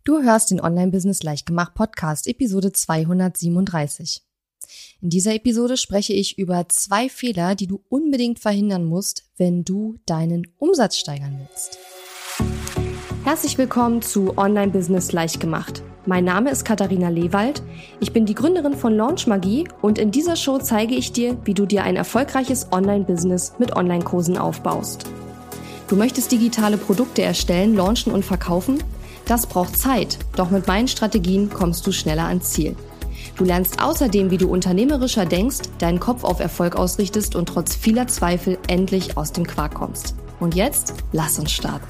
Du hörst den Online-Business leicht gemacht Podcast, Episode 237. In dieser Episode spreche ich über 2 Fehler, die du unbedingt verhindern musst, wenn du deinen Umsatz steigern willst. Herzlich willkommen zu Online-Business leicht gemacht. Mein Name ist Katharina Lewald. Ich bin die Gründerin von Launch Magie und in dieser Show zeige ich dir, wie du dir ein erfolgreiches Online-Business mit Online-Kursen aufbaust. Du möchtest digitale Produkte erstellen, launchen und verkaufen? Das braucht Zeit, doch mit meinen Strategien kommst du schneller ans Ziel. Du lernst außerdem, wie du unternehmerischer denkst, deinen Kopf auf Erfolg ausrichtest und trotz vieler Zweifel endlich aus dem Quark kommst. Und jetzt, lass uns starten.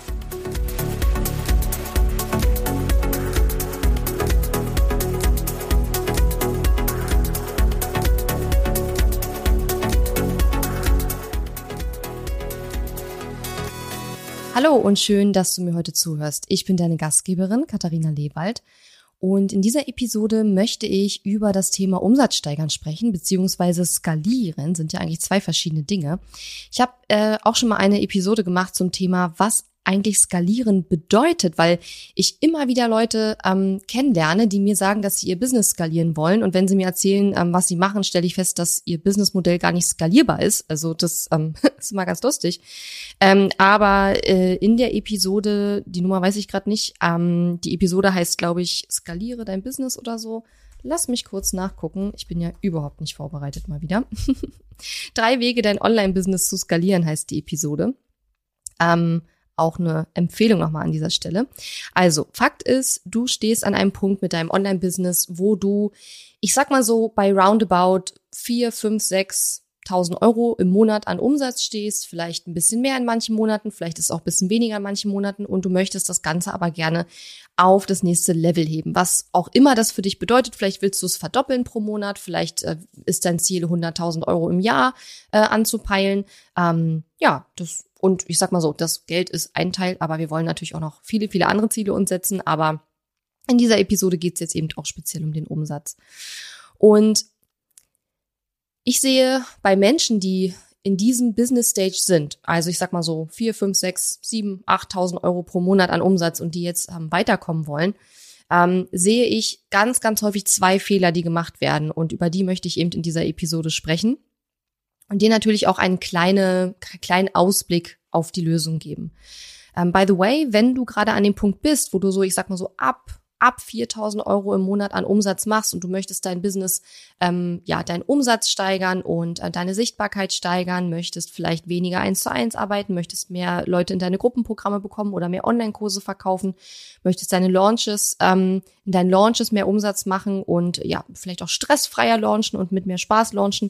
Hallo und schön, dass du mir heute zuhörst. Ich bin deine Gastgeberin Katharina Lewald und in dieser Episode möchte ich über das Thema Umsatz steigern sprechen, beziehungsweise skalieren, sind ja eigentlich 2 verschiedene Dinge. Ich habe auch schon mal eine Episode gemacht zum Thema, was eigentlich skalieren bedeutet, weil ich immer wieder Leute kennenlerne, die mir sagen, dass sie ihr Business skalieren wollen. Und wenn sie mir erzählen, was sie machen, stelle ich fest, dass ihr Businessmodell gar nicht skalierbar ist. Also das ist immer ganz lustig. Aber in der Episode, die Nummer weiß ich gerade nicht, die Episode heißt, glaube ich, Skaliere dein Business oder so. Lass mich kurz nachgucken. Ich bin ja überhaupt nicht vorbereitet mal wieder. 3 Wege, dein Online-Business zu skalieren, heißt die Episode. Auch eine Empfehlung nochmal an dieser Stelle. Also, Fakt ist, du stehst an einem Punkt mit deinem Online-Business, wo du, ich sag mal so, bei roundabout 4, 5, 6.000 Euro im Monat an Umsatz stehst, vielleicht ein bisschen mehr in manchen Monaten, vielleicht ist es auch ein bisschen weniger in manchen Monaten und du möchtest das Ganze aber gerne auf das nächste Level heben, was auch immer das für dich bedeutet. Vielleicht willst du es verdoppeln pro Monat, vielleicht ist dein Ziel 100.000 Euro im Jahr anzupeilen. Und ich sag mal so, das Geld ist ein Teil, aber wir wollen natürlich auch noch viele, viele andere Ziele uns setzen. Aber in dieser Episode geht es jetzt eben auch speziell um den Umsatz. Und ich sehe bei Menschen, die in diesem Business Stage sind, also ich sag mal so 4, 5, 6, 7, 8.000 Euro pro Monat an Umsatz und die jetzt weiterkommen wollen, sehe ich ganz, ganz häufig 2 Fehler, die gemacht werden. Und über die möchte ich eben in dieser Episode sprechen. Und dir natürlich auch einen kleinen Ausblick auf die Lösung geben. By the way, wenn du gerade an dem Punkt bist, wo du so, ich sag mal so, ab 4.000 Euro im Monat an Umsatz machst und du möchtest dein Business, deinen Umsatz steigern und deine Sichtbarkeit steigern, möchtest vielleicht weniger 1:1 arbeiten, möchtest mehr Leute in deine Gruppenprogramme bekommen oder mehr Online-Kurse verkaufen, möchtest in deinen Launches mehr Umsatz machen und vielleicht auch stressfreier launchen und mit mehr Spaß launchen,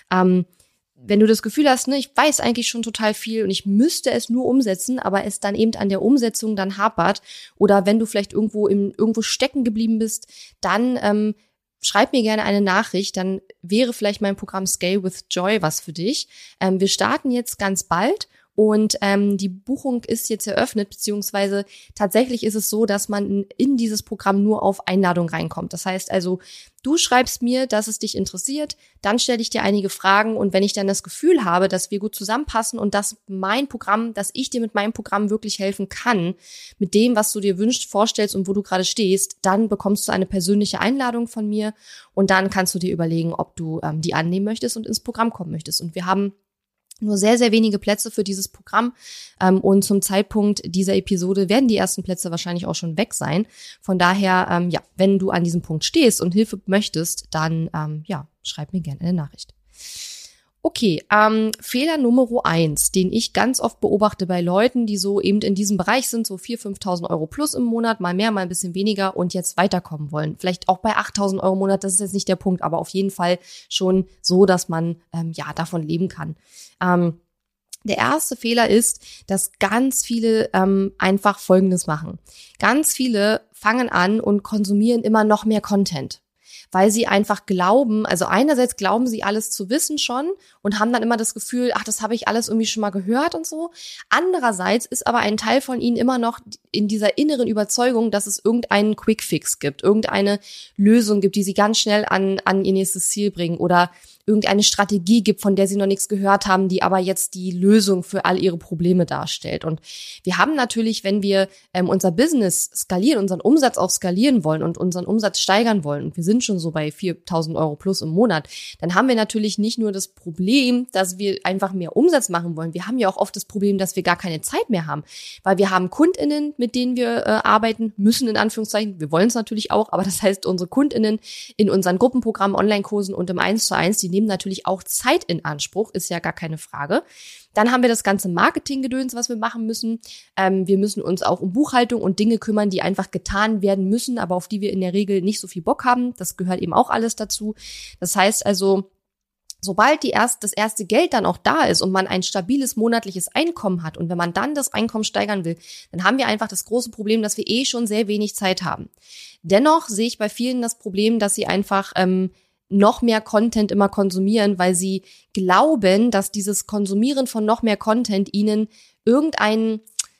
wenn du das Gefühl hast, ich weiß eigentlich schon total viel und ich müsste es nur umsetzen, aber es dann eben an der Umsetzung dann hapert oder wenn du vielleicht irgendwo stecken geblieben bist, dann schreib mir gerne eine Nachricht, dann wäre vielleicht mein Programm Scale with Joy was für dich. Wir starten jetzt ganz bald. Und die Buchung ist jetzt eröffnet, beziehungsweise tatsächlich ist es so, dass man in dieses Programm nur auf Einladung reinkommt. Das heißt also, du schreibst mir, dass es dich interessiert, dann stelle ich dir einige Fragen und wenn ich dann das Gefühl habe, dass wir gut zusammenpassen und dass ich dir mit meinem Programm wirklich helfen kann, mit dem, was du dir wünschst, vorstellst und wo du gerade stehst, dann bekommst du eine persönliche Einladung von mir und dann kannst du dir überlegen, ob du die annehmen möchtest und ins Programm kommen möchtest. Und wir haben nur sehr, sehr wenige Plätze für dieses Programm und zum Zeitpunkt dieser Episode werden die ersten Plätze wahrscheinlich auch schon weg sein. Von daher, wenn du an diesem Punkt stehst und Hilfe möchtest, dann schreib mir gerne eine Nachricht. Okay, Fehler Nummer 1, den ich ganz oft beobachte bei Leuten, die so eben in diesem Bereich sind, so 4.000, 5.000 Euro plus im Monat, mal mehr, mal ein bisschen weniger und jetzt weiterkommen wollen. Vielleicht auch bei 8.000 Euro im Monat, das ist jetzt nicht der Punkt, aber auf jeden Fall schon so, dass man davon leben kann. Der erste Fehler ist, dass ganz viele einfach Folgendes machen. Ganz viele fangen an und konsumieren immer noch mehr Content. Weil sie einfach glauben, also einerseits glauben sie alles zu wissen schon und haben dann immer das Gefühl, das habe ich alles irgendwie schon mal gehört und so. Andererseits ist aber ein Teil von ihnen immer noch in dieser inneren Überzeugung, dass es irgendeinen Quickfix gibt, irgendeine Lösung gibt, die sie ganz schnell an ihr nächstes Ziel bringen oder irgendeine Strategie gibt, von der sie noch nichts gehört haben, die aber jetzt die Lösung für all ihre Probleme darstellt. Und wir haben natürlich, wenn wir unser Business skalieren, unseren Umsatz auch skalieren wollen und unseren Umsatz steigern wollen, und wir sind schon so bei 4.000 Euro plus im Monat, dann haben wir natürlich nicht nur das Problem, dass wir einfach mehr Umsatz machen wollen. Wir haben ja auch oft das Problem, dass wir gar keine Zeit mehr haben, weil wir haben KundInnen, mit denen wir arbeiten müssen, in Anführungszeichen. Wir wollen es natürlich auch, aber das heißt, unsere KundInnen in unseren Gruppenprogrammen, Online-Kursen und im 1:1, die nehmen natürlich auch Zeit in Anspruch, ist ja gar keine Frage. Dann haben wir das ganze Marketinggedöns, was wir machen müssen. Wir müssen uns auch um Buchhaltung und Dinge kümmern, die einfach getan werden müssen, aber auf die wir in der Regel nicht so viel Bock haben. Das gehört eben auch alles dazu. Das heißt also, sobald das erste Geld dann auch da ist und man ein stabiles monatliches Einkommen hat und wenn man dann das Einkommen steigern will, dann haben wir einfach das große Problem, dass wir schon sehr wenig Zeit haben. Dennoch sehe ich bei vielen das Problem, dass sie einfach noch mehr Content immer konsumieren, weil sie glauben, dass dieses Konsumieren von noch mehr Content ihnen irgendeine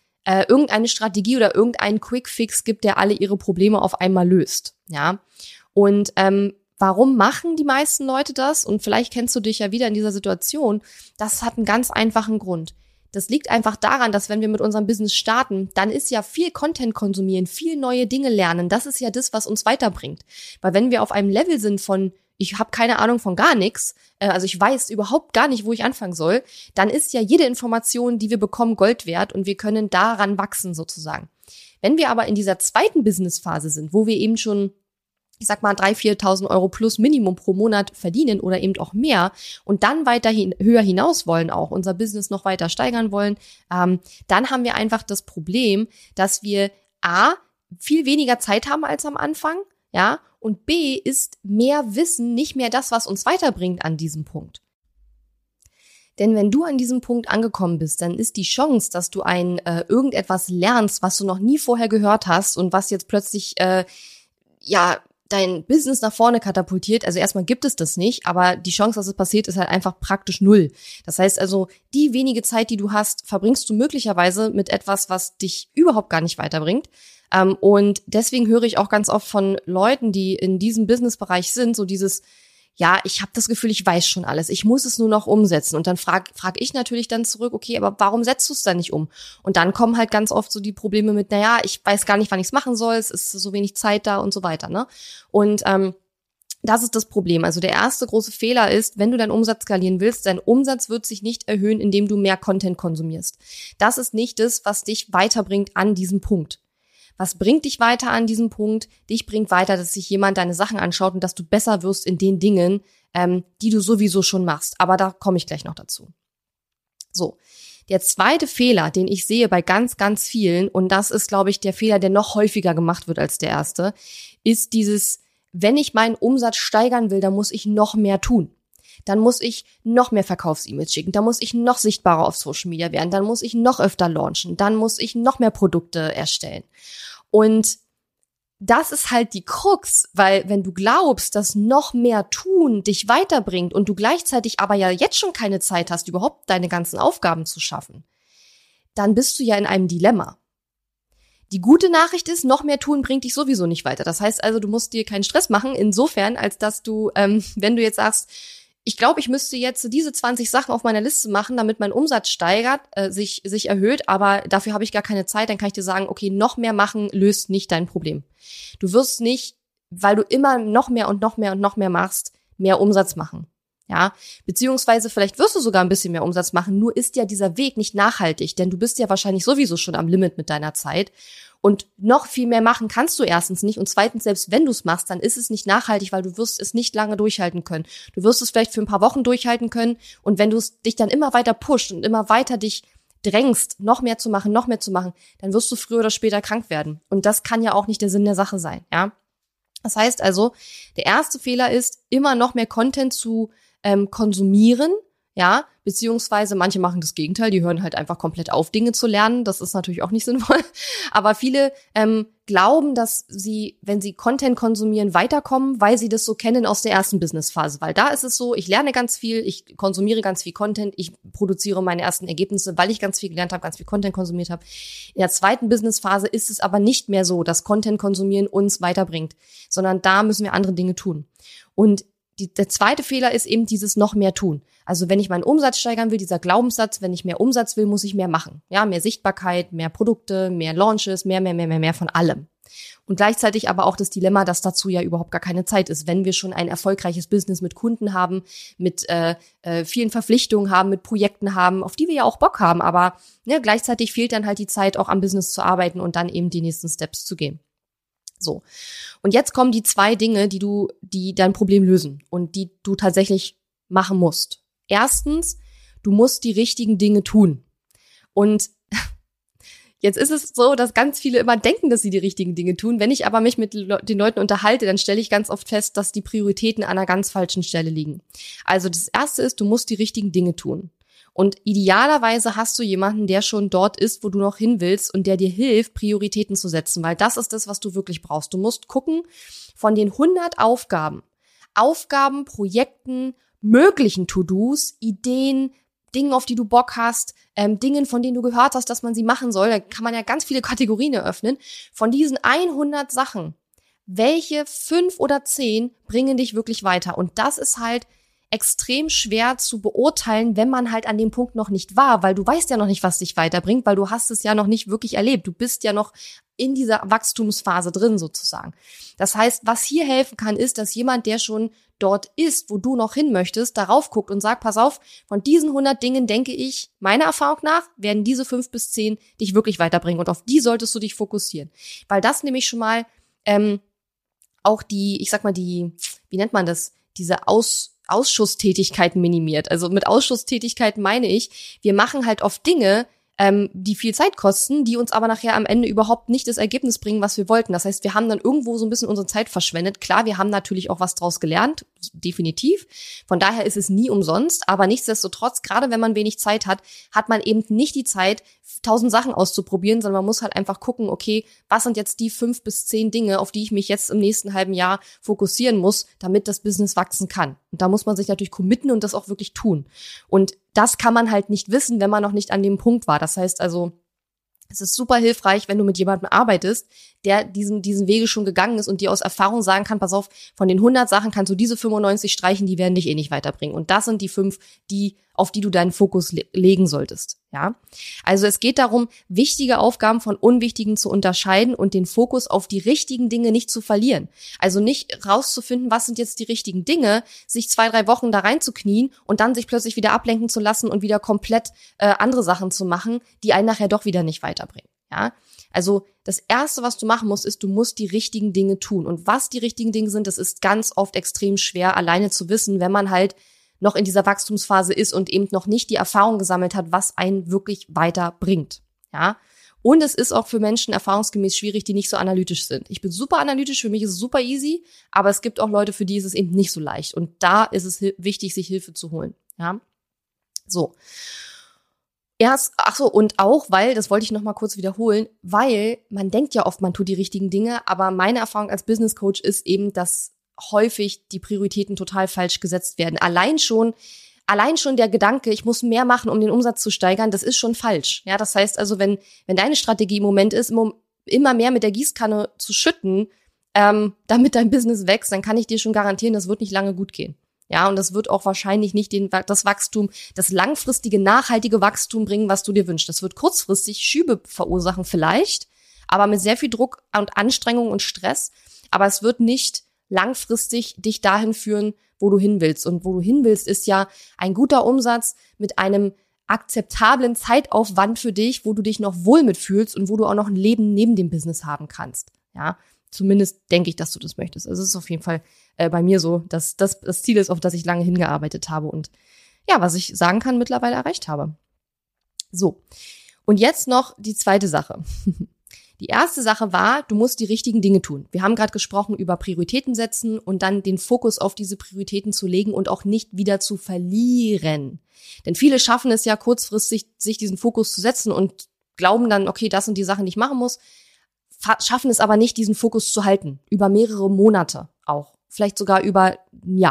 Strategie oder irgendeinen Quick-Fix gibt, der alle ihre Probleme auf einmal löst. Ja. Und warum machen die meisten Leute das? Und vielleicht kennst du dich ja wieder in dieser Situation. Das hat einen ganz einfachen Grund. Das liegt einfach daran, dass wenn wir mit unserem Business starten, dann ist ja viel Content konsumieren, viel neue Dinge lernen. Das ist ja das, was uns weiterbringt. Weil wenn wir auf einem Level sind von, ich habe keine Ahnung von gar nichts, also ich weiß überhaupt gar nicht, wo ich anfangen soll, dann ist ja jede Information, die wir bekommen, Gold wert und wir können daran wachsen sozusagen. Wenn wir aber in dieser zweiten Businessphase sind, wo wir eben schon, ich sag mal, 3.000, 4.000 Euro plus Minimum pro Monat verdienen oder eben auch mehr und dann weiterhin höher hinaus wollen, auch unser Business noch weiter steigern wollen, dann haben wir einfach das Problem, dass wir viel weniger Zeit haben als am Anfang, ja, und ist mehr Wissen nicht mehr das, was uns weiterbringt an diesem Punkt. Denn wenn du an diesem Punkt angekommen bist, dann ist die Chance, dass du irgendetwas lernst, was du noch nie vorher gehört hast und was jetzt plötzlich dein Business nach vorne katapultiert. Also erstmal gibt es das nicht, aber die Chance, dass es passiert, ist halt einfach praktisch null. Das heißt also, die wenige Zeit, die du hast, verbringst du möglicherweise mit etwas, was dich überhaupt gar nicht weiterbringt. Und deswegen höre ich auch ganz oft von Leuten, die in diesem Businessbereich sind, so dieses, ja, ich habe das Gefühl, ich weiß schon alles, ich muss es nur noch umsetzen. Und dann frag ich natürlich dann zurück, okay, aber warum setzt du es dann nicht um? Und dann kommen halt ganz oft so die Probleme mit, naja, ich weiß gar nicht, wann ich es machen soll, es ist so wenig Zeit da und so weiter, ne? Und das ist das Problem. Also der erste große Fehler ist, wenn du deinen Umsatz skalieren willst, dein Umsatz wird sich nicht erhöhen, indem du mehr Content konsumierst. Das ist nicht das, was dich weiterbringt an diesem Punkt. Was bringt dich weiter an diesem Punkt? Dich bringt weiter, dass sich jemand deine Sachen anschaut und dass du besser wirst in den Dingen, die du sowieso schon machst. Aber da komme ich gleich noch dazu. So, der zweite Fehler, den ich sehe bei ganz, ganz vielen, und das ist, glaube ich, der Fehler, der noch häufiger gemacht wird als der erste, ist dieses, wenn ich meinen Umsatz steigern will, dann muss ich noch mehr tun. Dann muss ich noch mehr Verkaufs-E-Mails schicken, dann muss ich noch sichtbarer auf Social Media werden, dann muss ich noch öfter launchen, dann muss ich noch mehr Produkte erstellen. Und das ist halt die Krux, weil wenn du glaubst, dass noch mehr tun dich weiterbringt und du gleichzeitig aber ja jetzt schon keine Zeit hast, überhaupt deine ganzen Aufgaben zu schaffen, dann bist du ja in einem Dilemma. Die gute Nachricht ist, noch mehr tun bringt dich sowieso nicht weiter. Das heißt also, du musst dir keinen Stress machen, insofern, als dass du, wenn du jetzt sagst, ich glaube, ich müsste jetzt diese 20 Sachen auf meiner Liste machen, damit mein Umsatz steigert, sich erhöht, aber dafür habe ich gar keine Zeit, dann kann ich dir sagen, okay, noch mehr machen löst nicht dein Problem. Du wirst nicht, weil du immer noch mehr und noch mehr und noch mehr machst, mehr Umsatz machen. Ja, beziehungsweise vielleicht wirst du sogar ein bisschen mehr Umsatz machen, nur ist ja dieser Weg nicht nachhaltig, denn du bist ja wahrscheinlich sowieso schon am Limit mit deiner Zeit und noch viel mehr machen kannst du erstens nicht und zweitens, selbst wenn du es machst, dann ist es nicht nachhaltig, weil du wirst es nicht lange durchhalten können. Du wirst es vielleicht für ein paar Wochen durchhalten können und wenn du dich dann immer weiter pusht und immer weiter dich drängst, noch mehr zu machen, dann wirst du früher oder später krank werden und das kann ja auch nicht der Sinn der Sache sein, ja. Das heißt also, der erste Fehler ist, immer noch mehr Content zu konsumieren, ja, beziehungsweise manche machen das Gegenteil, die hören halt einfach komplett auf, Dinge zu lernen, das ist natürlich auch nicht sinnvoll, aber viele glauben, dass sie, wenn sie Content konsumieren, weiterkommen, weil sie das so kennen aus der ersten Businessphase, weil da ist es so, ich lerne ganz viel, ich konsumiere ganz viel Content, ich produziere meine ersten Ergebnisse, weil ich ganz viel gelernt habe, ganz viel Content konsumiert habe. In der zweiten Businessphase ist es aber nicht mehr so, dass Content konsumieren uns weiterbringt, sondern da müssen wir andere Dinge tun. Und der zweite Fehler ist eben dieses noch mehr tun. Also wenn ich meinen Umsatz steigern will, dieser Glaubenssatz, wenn ich mehr Umsatz will, muss ich mehr machen. Ja, mehr Sichtbarkeit, mehr Produkte, mehr Launches, mehr von allem. Und gleichzeitig aber auch das Dilemma, dass dazu ja überhaupt gar keine Zeit ist. Wenn wir schon ein erfolgreiches Business mit Kunden haben, mit vielen Verpflichtungen haben, mit Projekten haben, auf die wir ja auch Bock haben, aber gleichzeitig fehlt dann halt die Zeit, auch am Business zu arbeiten und dann eben die nächsten Steps zu gehen. So. Und jetzt kommen die 2 Dinge, die dein Problem lösen und die du tatsächlich machen musst. Erstens, du musst die richtigen Dinge tun. Und jetzt ist es so, dass ganz viele immer denken, dass sie die richtigen Dinge tun. Wenn ich aber mich mit den Leuten unterhalte, dann stelle ich ganz oft fest, dass die Prioritäten an einer ganz falschen Stelle liegen. Also das Erste ist, du musst die richtigen Dinge tun. Und idealerweise hast du jemanden, der schon dort ist, wo du noch hin willst und der dir hilft, Prioritäten zu setzen, weil das ist das, was du wirklich brauchst. Du musst gucken, von den 100 Aufgaben, Projekten, möglichen To-Dos, Ideen, Dingen, auf die du Bock hast, Dingen, von denen du gehört hast, dass man sie machen soll, da kann man ja ganz viele Kategorien eröffnen. Von diesen 100 Sachen, welche 5 oder 10 bringen dich wirklich weiter? Und das ist halt extrem schwer zu beurteilen, wenn man halt an dem Punkt noch nicht war, weil du weißt ja noch nicht, was dich weiterbringt, weil du hast es ja noch nicht wirklich erlebt. Du bist ja noch in dieser Wachstumsphase drin sozusagen. Das heißt, was hier helfen kann, ist, dass jemand, der schon dort ist, wo du noch hin möchtest, darauf guckt und sagt, pass auf, von diesen 100 Dingen denke ich, meiner Erfahrung nach, werden diese 5 bis 10 dich wirklich weiterbringen und auf die solltest du dich fokussieren. Weil das nämlich schon mal auch wie nennt man das, diese Ausschusstätigkeiten minimiert. Also mit Ausschusstätigkeiten meine ich, wir machen halt oft Dinge, die viel Zeit kosten, die uns aber nachher am Ende überhaupt nicht das Ergebnis bringen, was wir wollten. Das heißt, wir haben dann irgendwo so ein bisschen unsere Zeit verschwendet. Klar, wir haben natürlich auch was draus gelernt, definitiv. Von daher ist es nie umsonst, aber nichtsdestotrotz, gerade wenn man wenig Zeit hat, hat man eben nicht die Zeit, 1000 Sachen auszuprobieren, sondern man muss halt einfach gucken, okay, was sind jetzt die 5 bis 10 Dinge, auf die ich mich jetzt im nächsten halben Jahr fokussieren muss, damit das Business wachsen kann. Und da muss man sich natürlich committen und das auch wirklich tun. Und das kann man halt nicht wissen, wenn man noch nicht an dem Punkt war. Das heißt also, es ist super hilfreich, wenn du mit jemandem arbeitest, der diesen Wege schon gegangen ist und dir aus Erfahrung sagen kann, pass auf, von den 100 Sachen kannst du diese 95 streichen, die werden dich eh nicht weiterbringen. Und das sind die 5, auf die du deinen Fokus legen solltest. Ja, also es geht darum, wichtige Aufgaben von unwichtigen zu unterscheiden und den Fokus auf die richtigen Dinge nicht zu verlieren. Also nicht rauszufinden, was sind jetzt die richtigen Dinge, sich 2-3 Wochen da reinzuknien und dann sich plötzlich wieder ablenken zu lassen und wieder komplett andere Sachen zu machen, die einen nachher doch wieder nicht weiterbringen. Ja, also das Erste, was du machen musst, ist, du musst die richtigen Dinge tun. Und was die richtigen Dinge sind, das ist ganz oft extrem schwer alleine zu wissen, wenn man halt noch in dieser Wachstumsphase ist und eben noch nicht die Erfahrung gesammelt hat, was einen wirklich weiterbringt. Ja, und es ist auch für Menschen erfahrungsgemäß schwierig, die nicht so analytisch sind. Ich bin super analytisch, für mich ist es super easy, aber es gibt auch Leute, für die ist es eben nicht so leicht. Und da ist es wichtig, sich Hilfe zu holen. Ja, so. Und auch, weil, das wollte ich noch mal kurz wiederholen, weil man denkt ja oft, man tut die richtigen Dinge, aber meine Erfahrung als Business Coach ist eben, dass häufig die Prioritäten total falsch gesetzt werden. Allein schon der Gedanke, ich muss mehr machen, um den Umsatz zu steigern, das ist schon falsch. Ja, das heißt also, wenn deine Strategie im Moment ist, immer mehr mit der Gießkanne zu schütten, damit dein Business wächst, dann kann ich dir schon garantieren, das wird nicht lange gut gehen. Ja, und das wird auch wahrscheinlich nicht das Wachstum, das langfristige, nachhaltige Wachstum bringen, was du dir wünschst. Das wird kurzfristig Schübe verursachen vielleicht, aber mit sehr viel Druck und Anstrengung und Stress. Aber es wird nicht langfristig dich dahin führen, wo du hin willst. Und wo du hin willst, ist ja ein guter Umsatz mit einem akzeptablen Zeitaufwand für dich, wo du dich noch wohl mitfühlst und wo du auch noch ein Leben neben dem Business haben kannst. Ja, zumindest denke ich, dass du das möchtest. Also es ist auf jeden Fall bei mir so, dass das Ziel ist, auf das ich lange hingearbeitet habe und ja, was ich sagen kann, mittlerweile erreicht habe. So, und jetzt noch die zweite Sache. Die erste Sache war, du musst die richtigen Dinge tun. Wir haben gerade gesprochen über Prioritäten setzen und dann den Fokus auf diese Prioritäten zu legen und auch nicht wieder zu verlieren. Denn viele schaffen es ja kurzfristig, sich diesen Fokus zu setzen und glauben dann, okay, das sind die Sachen, die ich machen muss, schaffen es aber nicht, diesen Fokus zu halten. Über mehrere Monate auch. Vielleicht sogar über ein Jahr.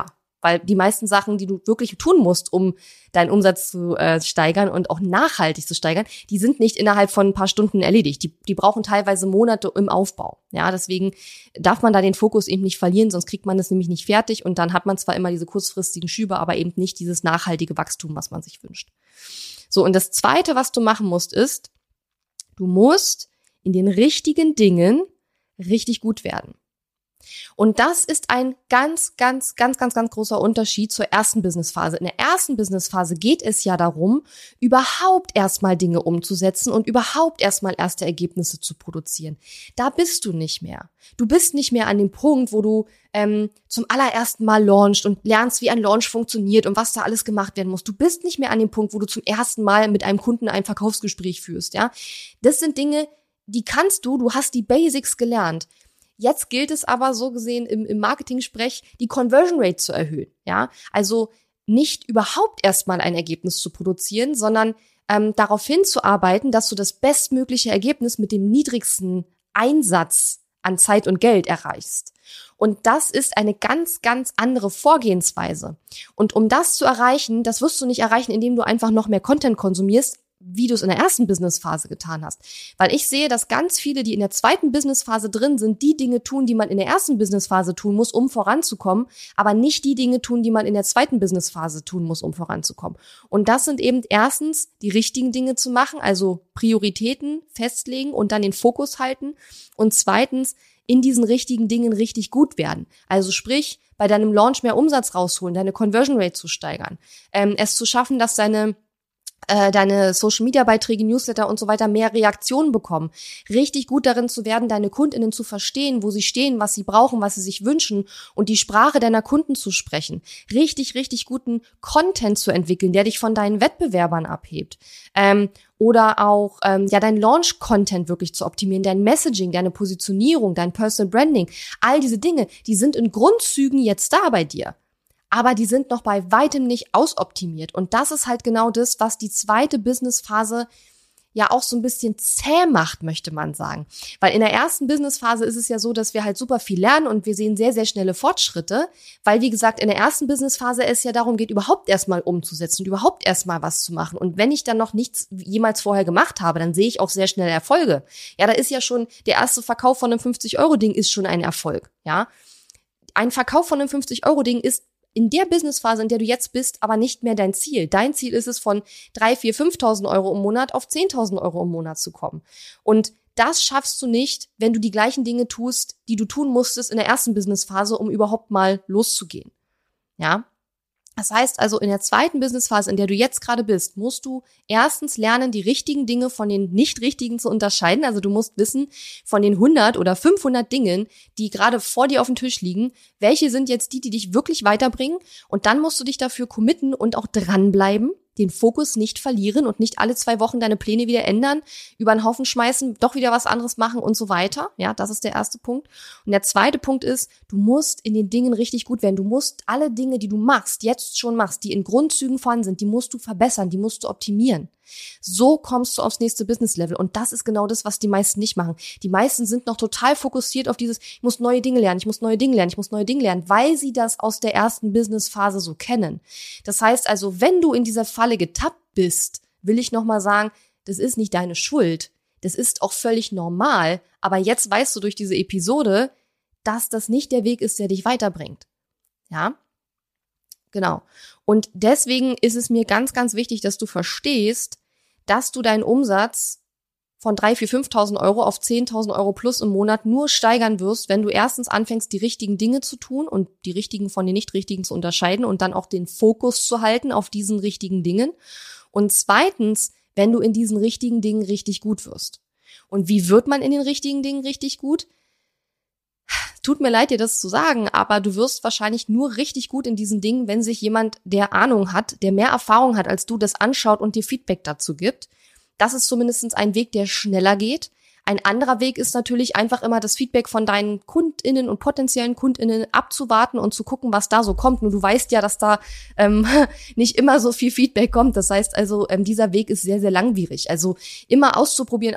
weil die meisten Sachen, die du wirklich tun musst, um deinen Umsatz zu steigern und auch nachhaltig zu steigern, die sind nicht innerhalb von ein paar Stunden erledigt. Die brauchen teilweise Monate im Aufbau. Ja, deswegen darf man da den Fokus eben nicht verlieren, sonst kriegt man das nämlich nicht fertig und dann hat man zwar immer diese kurzfristigen Schübe, aber eben nicht dieses nachhaltige Wachstum, was man sich wünscht. So, und das Zweite, was du machen musst, ist, du musst in den richtigen Dingen richtig gut werden. Und das ist ein ganz großer Unterschied zur ersten Businessphase. In der ersten Businessphase geht es ja darum, überhaupt erstmal Dinge umzusetzen und überhaupt erstmal erste Ergebnisse zu produzieren. Da bist du nicht mehr. Du bist nicht mehr an dem Punkt, wo du zum allerersten Mal launchst und lernst, wie ein Launch funktioniert und was da alles gemacht werden muss. Du bist nicht mehr an dem Punkt, wo du zum ersten Mal mit einem Kunden ein Verkaufsgespräch führst. Ja, das sind Dinge, die kannst du hast die Basics gelernt. Jetzt gilt es aber so gesehen im Marketing-Sprech, die Conversion Rate zu erhöhen. Ja, also nicht überhaupt erstmal ein Ergebnis zu produzieren, sondern darauf hinzuarbeiten, dass du das bestmögliche Ergebnis mit dem niedrigsten Einsatz an Zeit und Geld erreichst. Und das ist eine ganz andere Vorgehensweise. Und um das zu erreichen, das wirst du nicht erreichen, indem du einfach noch mehr Content konsumierst, wie du es in der ersten Businessphase getan hast. Weil ich sehe, dass ganz viele, die in der zweiten Businessphase drin sind, die Dinge tun, die man in der ersten Businessphase tun muss, um voranzukommen, aber nicht die Dinge tun, die man in der zweiten Businessphase tun muss, um voranzukommen. Und das sind eben erstens die richtigen Dinge zu machen, also Prioritäten festlegen und dann den Fokus halten. Und zweitens in diesen richtigen Dingen richtig gut werden. Also sprich, bei deinem Launch mehr Umsatz rausholen, deine Conversion Rate zu steigern, es zu schaffen, dass deine Social-Media-Beiträge, Newsletter und so weiter mehr Reaktionen bekommen. Richtig gut darin zu werden, deine KundInnen zu verstehen, wo sie stehen, was sie brauchen, was sie sich wünschen und die Sprache deiner Kunden zu sprechen. Richtig guten Content zu entwickeln, der dich von deinen Wettbewerbern abhebt. Oder auch dein Launch-Content wirklich zu optimieren, dein Messaging, deine Positionierung, dein Personal Branding. All diese Dinge, die sind in Grundzügen jetzt da bei dir. Aber die sind noch bei weitem nicht ausoptimiert. Und das ist halt genau das, was die zweite Businessphase ja auch so ein bisschen zäh macht, möchte man sagen. Weil in der ersten Businessphase ist es ja so, dass wir halt super viel lernen und wir sehen sehr schnelle Fortschritte. Weil, wie gesagt, in der ersten Businessphase es ja darum geht, überhaupt erstmal umzusetzen und überhaupt erstmal was zu machen. Und wenn ich dann noch nichts jemals vorher gemacht habe, dann sehe ich auch sehr schnell Erfolge. Ja, da ist ja schon der erste Verkauf von einem 50-Euro-Ding ist schon ein Erfolg. Ja, ein Verkauf von einem 50-Euro-Ding ist in der Businessphase, in der du jetzt bist, aber nicht mehr dein Ziel. Dein Ziel ist es, von 3.000, 4.000, 5.000 Euro im Monat auf 10.000 Euro im Monat zu kommen. Und das schaffst du nicht, wenn du die gleichen Dinge tust, die du tun musstest in der ersten Businessphase, um überhaupt mal loszugehen. Ja? Das heißt also, in der zweiten Businessphase, in der du jetzt gerade bist, musst du erstens lernen, die richtigen Dinge von den nicht richtigen zu unterscheiden. Also du musst wissen, von den 100 oder 500 Dingen, die gerade vor dir auf dem Tisch liegen, welche sind jetzt die dich wirklich weiterbringen. Und dann musst du dich dafür committen und auch dranbleiben, den Fokus nicht verlieren und nicht alle 2 Wochen deine Pläne wieder ändern, über den Haufen schmeißen, doch wieder was anderes machen und so weiter. Ja, das ist der erste Punkt. Und der zweite Punkt ist, du musst in den Dingen richtig gut werden. Du musst alle Dinge, die du machst, jetzt schon machst, die in Grundzügen vorhanden sind, die musst du verbessern, die musst du optimieren. So kommst du aufs nächste Business-Level. Und das ist genau das, was die meisten nicht machen. Die meisten sind noch total fokussiert auf dieses, ich muss neue Dinge lernen, ich muss neue Dinge lernen, ich muss neue Dinge lernen, weil sie das aus der ersten Business-Phase so kennen. Das heißt also, wenn du in dieser Falle getappt bist, will ich nochmal sagen, das ist nicht deine Schuld. Das ist auch völlig normal. Aber jetzt weißt du durch diese Episode, dass das nicht der Weg ist, der dich weiterbringt. Ja? Genau. Und deswegen ist es mir ganz wichtig, dass du verstehst, dass du deinen Umsatz von 3.000, 4.000, 5.000 Euro auf 10.000 Euro plus im Monat nur steigern wirst, wenn du erstens anfängst, die richtigen Dinge zu tun und die richtigen von den nicht richtigen zu unterscheiden und dann auch den Fokus zu halten auf diesen richtigen Dingen. Und zweitens, wenn du in diesen richtigen Dingen richtig gut wirst. Und wie wird man in den richtigen Dingen richtig gut? Tut mir leid, dir das zu sagen, aber du wirst wahrscheinlich nur richtig gut in diesen Dingen, wenn sich jemand, der Ahnung hat, der mehr Erfahrung hat als du, das anschaut und dir Feedback dazu gibt. Das ist zumindest ein Weg, der schneller geht, Ein anderer Weg ist natürlich einfach immer das Feedback von deinen KundInnen und potenziellen KundInnen abzuwarten und zu gucken, was da so kommt. Nur du weißt ja, dass da nicht immer so viel Feedback kommt. Das heißt also, dieser Weg ist sehr, sehr langwierig. Also immer auszuprobieren,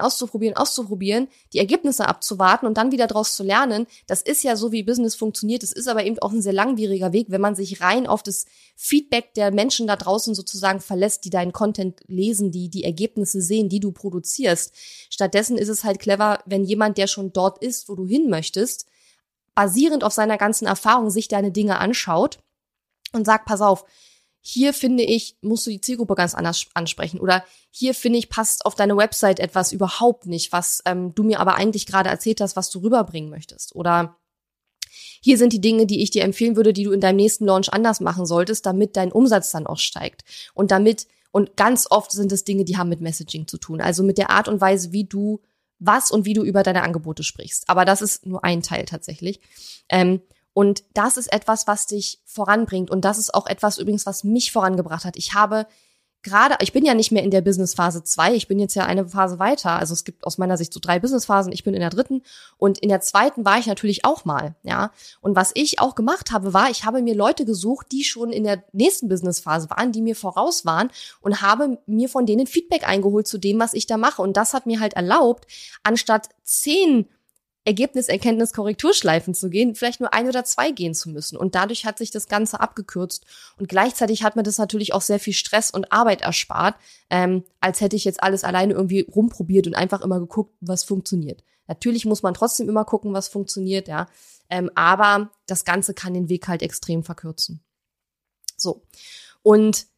die Ergebnisse abzuwarten und dann wieder daraus zu lernen. Das ist ja so, wie Business funktioniert. Es ist aber eben auch ein sehr langwieriger Weg, wenn man sich rein auf das Feedback der Menschen da draußen sozusagen verlässt, die deinen Content lesen, die Ergebnisse sehen, die du produzierst. Stattdessen ist es halt clever, wenn jemand, der schon dort ist, wo du hin möchtest, basierend auf seiner ganzen Erfahrung sich deine Dinge anschaut und sagt, pass auf, hier finde ich, musst du die Zielgruppe ganz anders ansprechen oder hier finde ich, passt auf deine Website etwas überhaupt nicht, was du mir aber eigentlich gerade erzählt hast, was du rüberbringen möchtest oder hier sind die Dinge, die ich dir empfehlen würde, die du in deinem nächsten Launch anders machen solltest, damit dein Umsatz dann auch steigt und ganz oft sind es Dinge, die haben mit Messaging zu tun, also mit der Art und Weise, wie du über deine Angebote sprichst. Aber das ist nur ein Teil tatsächlich. Und das ist etwas, was dich voranbringt. Und das ist auch etwas übrigens, was mich vorangebracht hat. Ich bin ja nicht mehr in der Business-Phase 2, ich bin jetzt ja eine Phase weiter. Also es gibt aus meiner Sicht so 3 Business-Phasen, ich bin in der 3. und in der 2. war ich natürlich auch mal, ja. Und was ich auch gemacht habe, ich habe mir Leute gesucht, die schon in der nächsten Business-Phase waren, die mir voraus waren und habe mir von denen Feedback eingeholt zu dem, was ich da mache. Und das hat mir halt erlaubt, anstatt 10 Ergebnis-Erkenntnis-Korrekturschleifen zu gehen, vielleicht nur 1 oder 2 gehen zu müssen. Und dadurch hat sich das Ganze abgekürzt. Und gleichzeitig hat mir das natürlich auch sehr viel Stress und Arbeit erspart, als hätte ich jetzt alles alleine irgendwie rumprobiert und einfach immer geguckt, was funktioniert. Natürlich muss man trotzdem immer gucken, was funktioniert, ja. Aber das Ganze kann den Weg halt extrem verkürzen. So. Und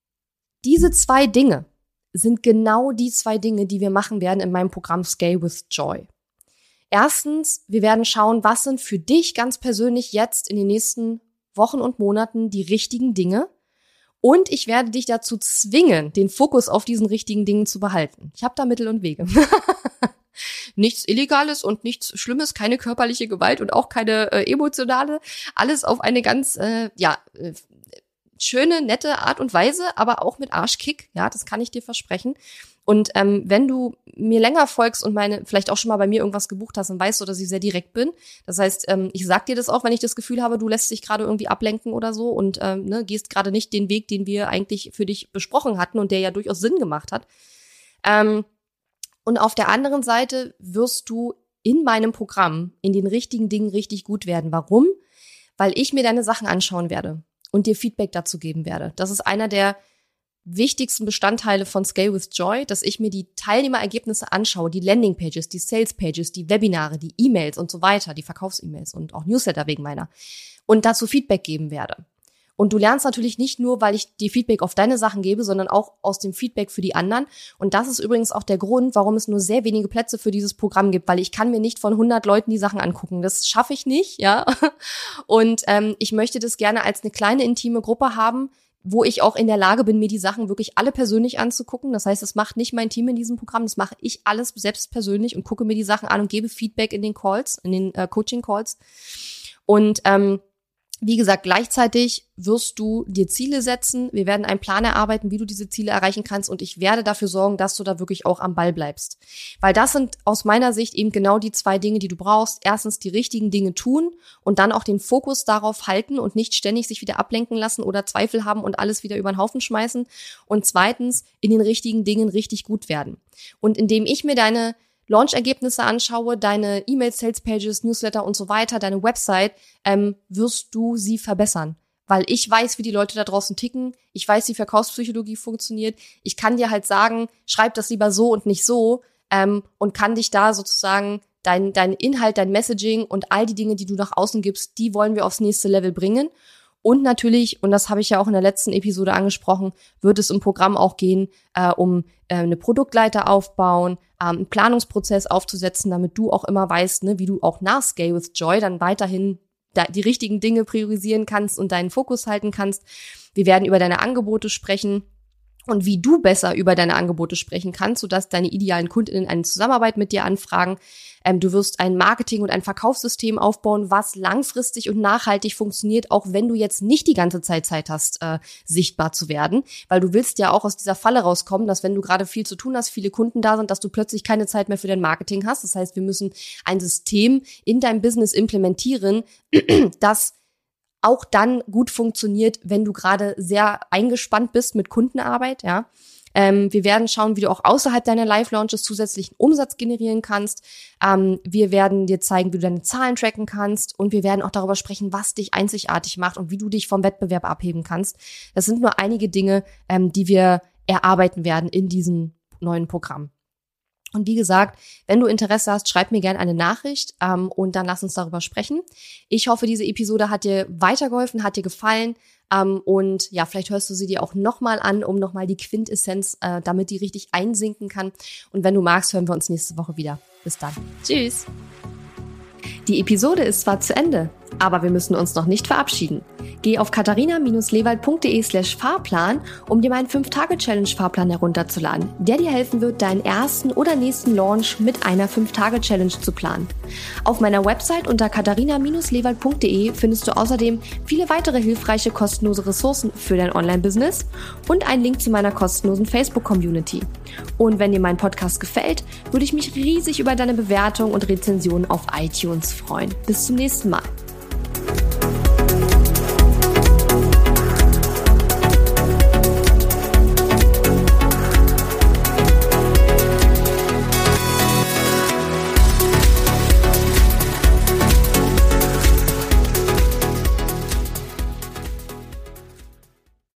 diese 2 Dinge sind genau die 2 Dinge, die wir machen werden in meinem Programm Scale with Joy. Erstens, wir werden schauen, was sind für dich ganz persönlich jetzt in den nächsten Wochen und Monaten die richtigen Dinge. Und ich werde dich dazu zwingen, den Fokus auf diesen richtigen Dingen zu behalten. Ich habe da Mittel und Wege. Nichts Illegales und nichts Schlimmes, keine körperliche Gewalt und auch keine emotionale. Alles auf eine ganz schöne, nette Art und Weise, aber auch mit Arschkick. Ja, das kann ich dir versprechen. Und wenn du mir länger folgst und vielleicht auch schon mal bei mir irgendwas gebucht hast, dann weißt du, dass ich sehr direkt bin. Das heißt, ich sag dir das auch, wenn ich das Gefühl habe, du lässt dich gerade irgendwie ablenken oder so und gehst gerade nicht den Weg, den wir eigentlich für dich besprochen hatten und der ja durchaus Sinn gemacht hat. Und auf der anderen Seite wirst du in meinem Programm in den richtigen Dingen richtig gut werden. Warum? Weil ich mir deine Sachen anschauen werde und dir Feedback dazu geben werde. Das ist einer der wichtigsten Bestandteile von Scale with Joy, dass ich mir die Teilnehmerergebnisse anschaue, die Landingpages, die Salespages, die Webinare, die E-Mails und so weiter, die Verkaufs-E-Mails und auch Newsletter wegen meiner und dazu Feedback geben werde. Und du lernst natürlich nicht nur, weil ich dir Feedback auf deine Sachen gebe, sondern auch aus dem Feedback für die anderen. Und das ist übrigens auch der Grund, warum es nur sehr wenige Plätze für dieses Programm gibt, weil ich kann mir nicht von 100 Leuten die Sachen angucken. Das schaffe ich nicht, ja. Und ich möchte das gerne als eine kleine intime Gruppe haben, wo ich auch in der Lage bin, mir die Sachen wirklich alle persönlich anzugucken. Das heißt, das macht nicht mein Team in diesem Programm, das mache ich alles selbst persönlich und gucke mir die Sachen an und gebe Feedback in den Calls, in den Coaching-Calls. Und wie gesagt, gleichzeitig wirst du dir Ziele setzen. Wir werden einen Plan erarbeiten, wie du diese Ziele erreichen kannst. Und ich werde dafür sorgen, dass du da wirklich auch am Ball bleibst. Weil das sind aus meiner Sicht eben genau die 2 Dinge, die du brauchst. Erstens die richtigen Dinge tun und dann auch den Fokus darauf halten und nicht ständig sich wieder ablenken lassen oder Zweifel haben und alles wieder über den Haufen schmeißen. Und zweitens in den richtigen Dingen richtig gut werden. Und indem ich mir deine Launch-Ergebnisse anschaue, deine E-Mails, Sales-Pages, Newsletter und so weiter, deine Website, wirst du sie verbessern. Weil ich weiß, wie die Leute da draußen ticken. Ich weiß, wie Verkaufspsychologie funktioniert. Ich kann dir halt sagen, schreib das lieber so und nicht so und kann dich da sozusagen dein Inhalt, dein Messaging und all die Dinge, die du nach außen gibst, die wollen wir aufs nächste Level bringen. Und natürlich, und das habe ich ja auch in der letzten Episode angesprochen, wird es im Programm auch gehen, um eine Produktleiter aufbauen, einen Planungsprozess aufzusetzen, damit du auch immer weißt, wie du auch nach Scale with Joy dann weiterhin die richtigen Dinge priorisieren kannst und deinen Fokus halten kannst. Wir werden über deine Angebote sprechen. und wie du besser über deine Angebote sprechen kannst, sodass deine idealen KundInnen eine Zusammenarbeit mit dir anfragen. Du wirst ein Marketing- und ein Verkaufssystem aufbauen, was langfristig und nachhaltig funktioniert, auch wenn du jetzt nicht die ganze Zeit Zeit hast, sichtbar zu werden. Weil du willst ja auch aus dieser Falle rauskommen, dass wenn du gerade viel zu tun hast, viele Kunden da sind, dass du plötzlich keine Zeit mehr für dein Marketing hast. Das heißt, wir müssen ein System in deinem Business implementieren, das auch dann gut funktioniert, wenn du gerade sehr eingespannt bist mit Kundenarbeit, ja. Wir werden schauen, wie du auch außerhalb deiner Live-Launches zusätzlichen Umsatz generieren kannst. Wir werden dir zeigen, wie du deine Zahlen tracken kannst und wir werden auch darüber sprechen, was dich einzigartig macht und wie du dich vom Wettbewerb abheben kannst. Das sind nur einige Dinge, die wir erarbeiten werden in diesem neuen Programm. Und wie gesagt, wenn du Interesse hast, schreib mir gerne eine Nachricht und dann lass uns darüber sprechen. Ich hoffe, diese Episode hat dir weitergeholfen, hat dir gefallen und ja, vielleicht hörst du sie dir auch nochmal an, um nochmal die Quintessenz, damit die richtig einsinken kann. Und wenn du magst, hören wir uns nächste Woche wieder. Bis dann. Tschüss. Die Episode ist zwar zu Ende, aber wir müssen uns noch nicht verabschieden. Geh auf katharina-lewald.de/Fahrplan, um dir meinen 5-Tage-Challenge-Fahrplan herunterzuladen, der dir helfen wird, deinen ersten oder nächsten Launch mit einer 5-Tage-Challenge zu planen. Auf meiner Website unter katharina-lewald.de findest du außerdem viele weitere hilfreiche kostenlose Ressourcen für dein Online-Business und einen Link zu meiner kostenlosen Facebook-Community. Und wenn dir mein Podcast gefällt, würde ich mich riesig über deine Bewertung und Rezension auf iTunes freuen. Bis zum nächsten Mal.